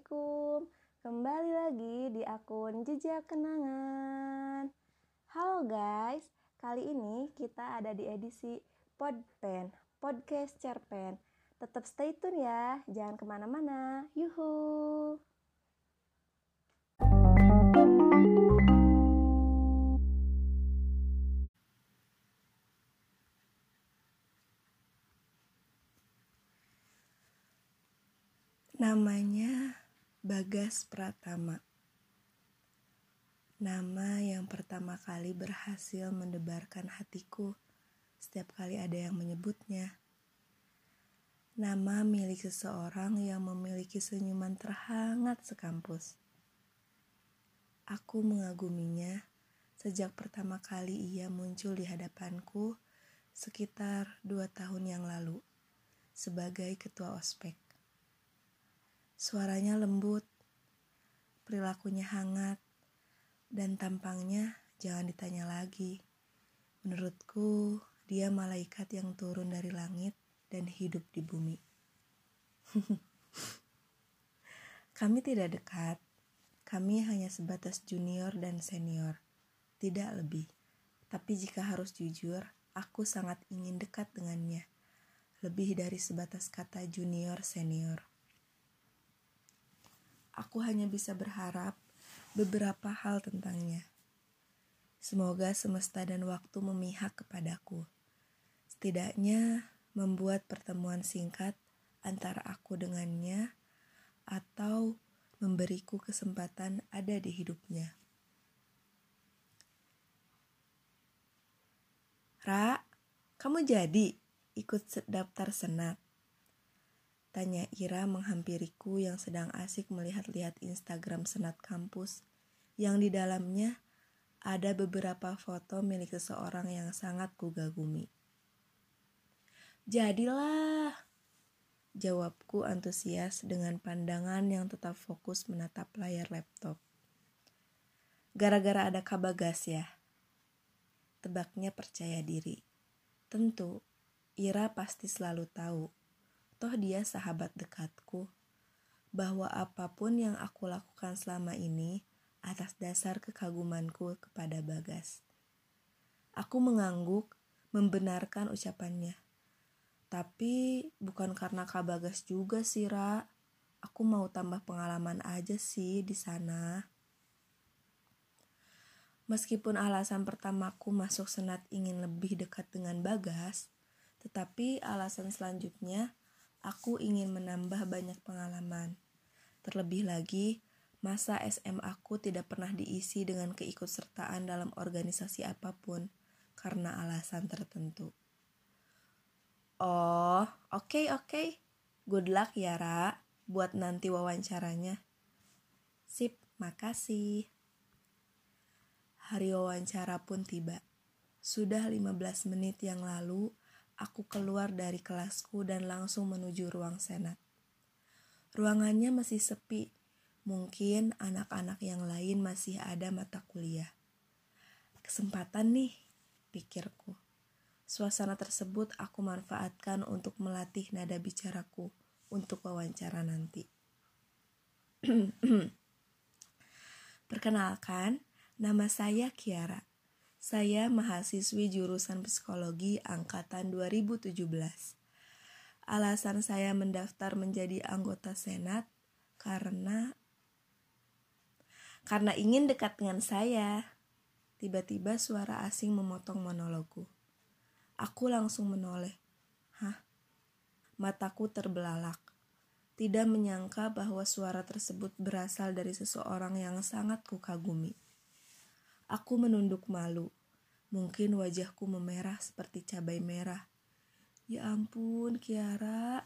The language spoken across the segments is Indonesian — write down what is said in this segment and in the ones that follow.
Assalamualaikum. Kembali lagi di akun Jejak Kenangan. Halo guys, kali ini kita ada di edisi Podpen, Podcast Cerpen. Tetap stay tune ya, jangan kemana-mana. Yuhu. Namanya Bagas Pratama. Nama yang pertama kali berhasil mendebarkan hatiku setiap kali ada yang menyebutnya. Nama milik seseorang yang memiliki senyuman terhangat sekampus. Aku mengaguminya sejak pertama kali ia muncul di hadapanku sekitar 2 tahun yang lalu sebagai ketua ospek. Suaranya lembut, perilakunya hangat, dan tampangnya jangan ditanya lagi. Menurutku, dia malaikat yang turun dari langit dan hidup di bumi. Kami tidak dekat, kami hanya sebatas junior dan senior, tidak lebih. Tapi jika harus jujur, aku sangat ingin dekat dengannya, lebih dari sebatas kata junior senior. Aku hanya bisa berharap beberapa hal tentangnya. Semoga semesta dan waktu memihak kepadaku. Setidaknya membuat pertemuan singkat antara aku dengannya atau memberiku kesempatan ada di hidupnya. Ra, kamu jadi ikut daftar senat? Tanya Ira menghampiriku yang sedang asik melihat-lihat Instagram senat kampus yang di dalamnya ada beberapa foto milik seseorang yang sangat kugagumi. Jadilah, jawabku antusias dengan pandangan yang tetap fokus menatap layar laptop. Gara-gara ada Kabagas ya? Tebaknya percaya diri. Tentu, Ira pasti selalu tahu. Toh dia sahabat dekatku, bahwa apapun yang aku lakukan selama ini atas dasar kekagumanku kepada Bagas. Aku mengangguk, membenarkan ucapannya. Tapi bukan karena Kak Bagas juga sih, Ra. Aku mau tambah pengalaman aja sih di sana. Meskipun alasan pertamaku masuk senat ingin lebih dekat dengan Bagas, tetapi alasan selanjutnya aku ingin menambah banyak pengalaman. Terlebih lagi, masa SMA aku tidak pernah diisi dengan keikutsertaan dalam organisasi apapun karena alasan tertentu. Oh, oke. Good luck ya, Ra, buat nanti wawancaranya. Sip, makasih. Hari wawancara pun tiba. Sudah 15 menit yang lalu, aku keluar dari kelasku dan langsung menuju ruang senat. Ruangannya masih sepi, mungkin anak-anak yang lain masih ada mata kuliah. Kesempatan nih, pikirku. Suasana tersebut aku manfaatkan untuk melatih nada bicaraku untuk wawancara nanti. Perkenalkan, nama saya Kiara. Saya mahasiswi jurusan psikologi angkatan 2017. Alasan saya mendaftar menjadi anggota senat karena ingin dekat dengan saya. Tiba-tiba suara asing memotong monologku. Aku langsung menoleh. Hah? Mataku terbelalak. Tidak menyangka bahwa suara tersebut berasal dari seseorang yang sangat kukagumi. Aku menunduk malu. Mungkin wajahku memerah seperti cabai merah. Ya ampun, Kiara.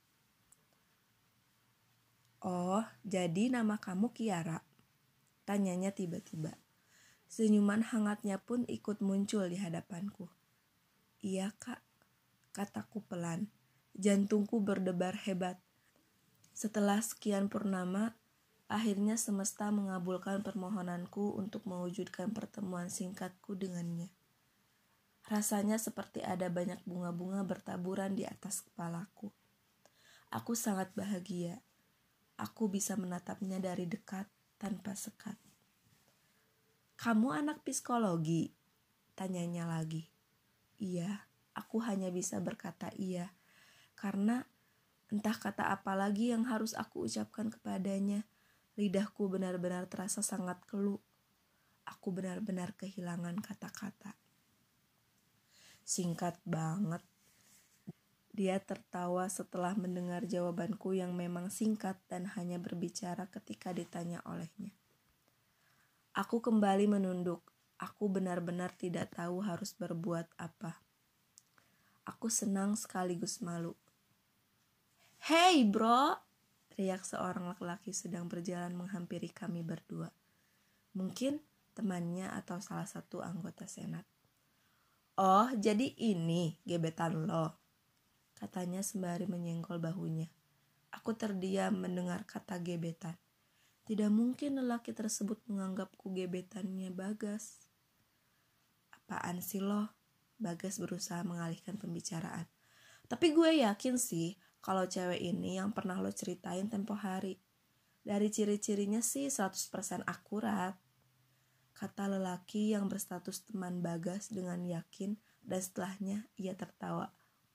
Oh, jadi nama kamu Kiara? Tanyanya tiba-tiba. Senyuman hangatnya pun ikut muncul di hadapanku. Iya, Kak, kataku pelan. Jantungku berdebar hebat. Setelah sekian purnama, akhirnya semesta mengabulkan permohonanku untuk mewujudkan pertemuan singkatku dengannya. Rasanya seperti ada banyak bunga-bunga bertaburan di atas kepalaku. Aku sangat bahagia. Aku bisa menatapnya dari dekat tanpa sekat. "Kamu anak psikologi?" tanyanya lagi. Iya, aku hanya bisa berkata iya, karena entah kata apa lagi yang harus aku ucapkan kepadanya. Lidahku benar-benar terasa sangat keluh. Aku benar-benar kehilangan kata-kata. Singkat banget. Dia tertawa setelah mendengar jawabanku yang memang singkat dan hanya berbicara ketika ditanya olehnya. Aku kembali menunduk. Aku benar-benar tidak tahu harus berbuat apa. Aku senang sekaligus malu. "Hey bro!" teriak seorang laki-laki sedang berjalan menghampiri kami berdua. Mungkin temannya atau salah satu anggota senat. "Oh, jadi ini gebetan lo?" katanya sembari menyenggol bahunya. Aku terdiam mendengar kata gebetan. Tidak mungkin lelaki tersebut menganggapku gebetannya Bagas. "Apaan sih lo?" Bagas berusaha mengalihkan pembicaraan. "Tapi gue yakin sih kalau cewek ini yang pernah lo ceritain tempo hari. Dari ciri-cirinya sih 100% akurat," kata lelaki yang berstatus teman Bagas dengan yakin, dan setelahnya ia tertawa.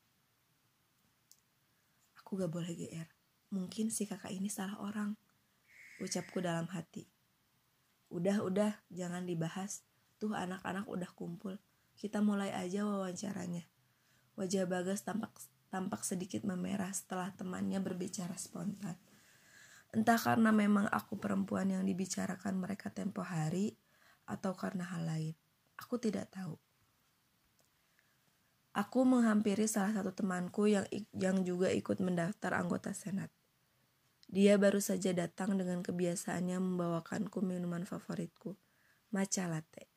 Aku gak boleh GR. Mungkin si kakak ini salah orang, ucapku dalam hati. Udah, jangan dibahas. Tuh anak-anak udah kumpul. Kita mulai aja wawancaranya." Wajah Bagas tampak sedikit memerah setelah temannya berbicara spontan. Entah karena memang aku perempuan yang dibicarakan mereka tempo hari, atau karena hal lain. Aku tidak tahu. Aku menghampiri salah satu temanku yang juga ikut mendaftar anggota senat. Dia baru saja datang dengan kebiasaannya membawakanku minuman favoritku, matcha latte.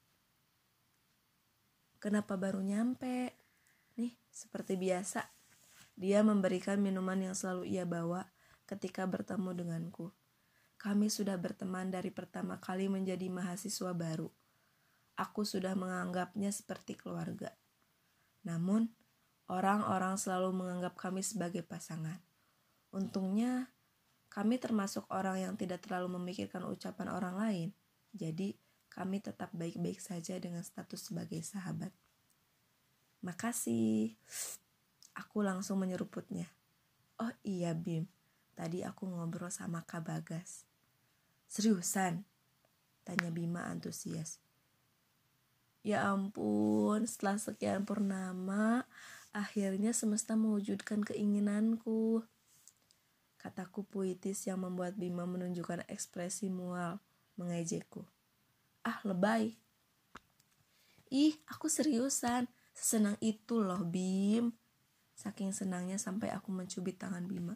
"Kenapa baru nyampe?" Nih, seperti biasa, dia memberikan minuman yang selalu ia bawa ketika bertemu denganku. Kami sudah berteman dari pertama kali menjadi mahasiswa baru. Aku sudah menganggapnya seperti keluarga. Namun, orang-orang selalu menganggap kami sebagai pasangan. Untungnya, kami termasuk orang yang tidak terlalu memikirkan ucapan orang lain. Jadi, kami tetap baik-baik saja dengan status sebagai sahabat. "Makasih." Aku langsung menyeruputnya. "Oh iya Bim, tadi aku ngobrol sama Kak Bagas." "Seriusan?" tanya Bima antusias. "Ya ampun, setelah sekian purnama, akhirnya semesta mewujudkan keinginanku," kataku puitis yang membuat Bima menunjukkan ekspresi mual mengejekku. "Ah, lebay." "Ih, aku seriusan. Sesenang itu loh, Bim." Saking senangnya sampai aku mencubit tangan Bima.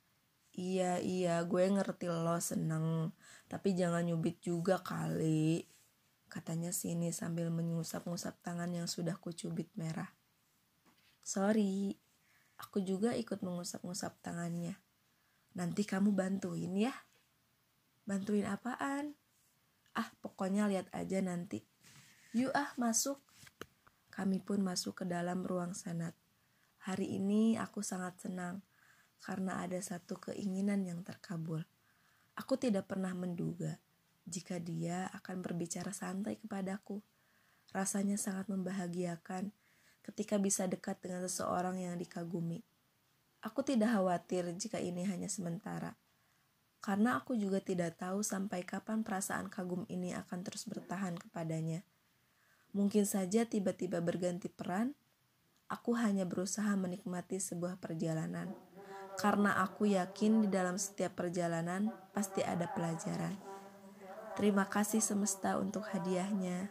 Iya, gue ngerti lo seneng. Tapi jangan nyubit juga kali," katanya sini sambil mengusap-ngusap tangan yang sudah kucubit merah. "Sorry." Aku juga ikut mengusap-ngusap tangannya. "Nanti kamu bantuin ya." "Bantuin apaan?" "Ah, pokoknya lihat aja nanti." "Yuk masuk." Kami pun masuk ke dalam ruang senat. Hari ini aku sangat senang karena ada satu keinginan yang terkabul. Aku tidak pernah menduga jika dia akan berbicara santai kepadaku. Rasanya sangat membahagiakan ketika bisa dekat dengan seseorang yang dikagumi. Aku tidak khawatir jika ini hanya sementara, karena aku juga tidak tahu sampai kapan perasaan kagum ini akan terus bertahan kepadanya. Mungkin saja tiba-tiba berganti peran. Aku hanya berusaha menikmati sebuah perjalanan, karena aku yakin di dalam setiap perjalanan pasti ada pelajaran. Terima kasih semesta untuk hadiahnya.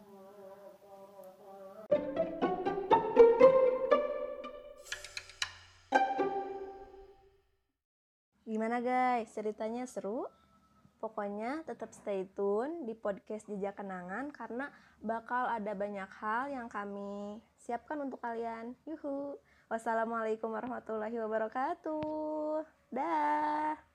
Gimana guys, ceritanya seru? Pokoknya tetap stay tune di podcast Jejak Kenangan karena bakal ada banyak hal yang kami siapkan untuk kalian. Yuhu. Wassalamualaikum warahmatullahi wabarakatuh. Dah.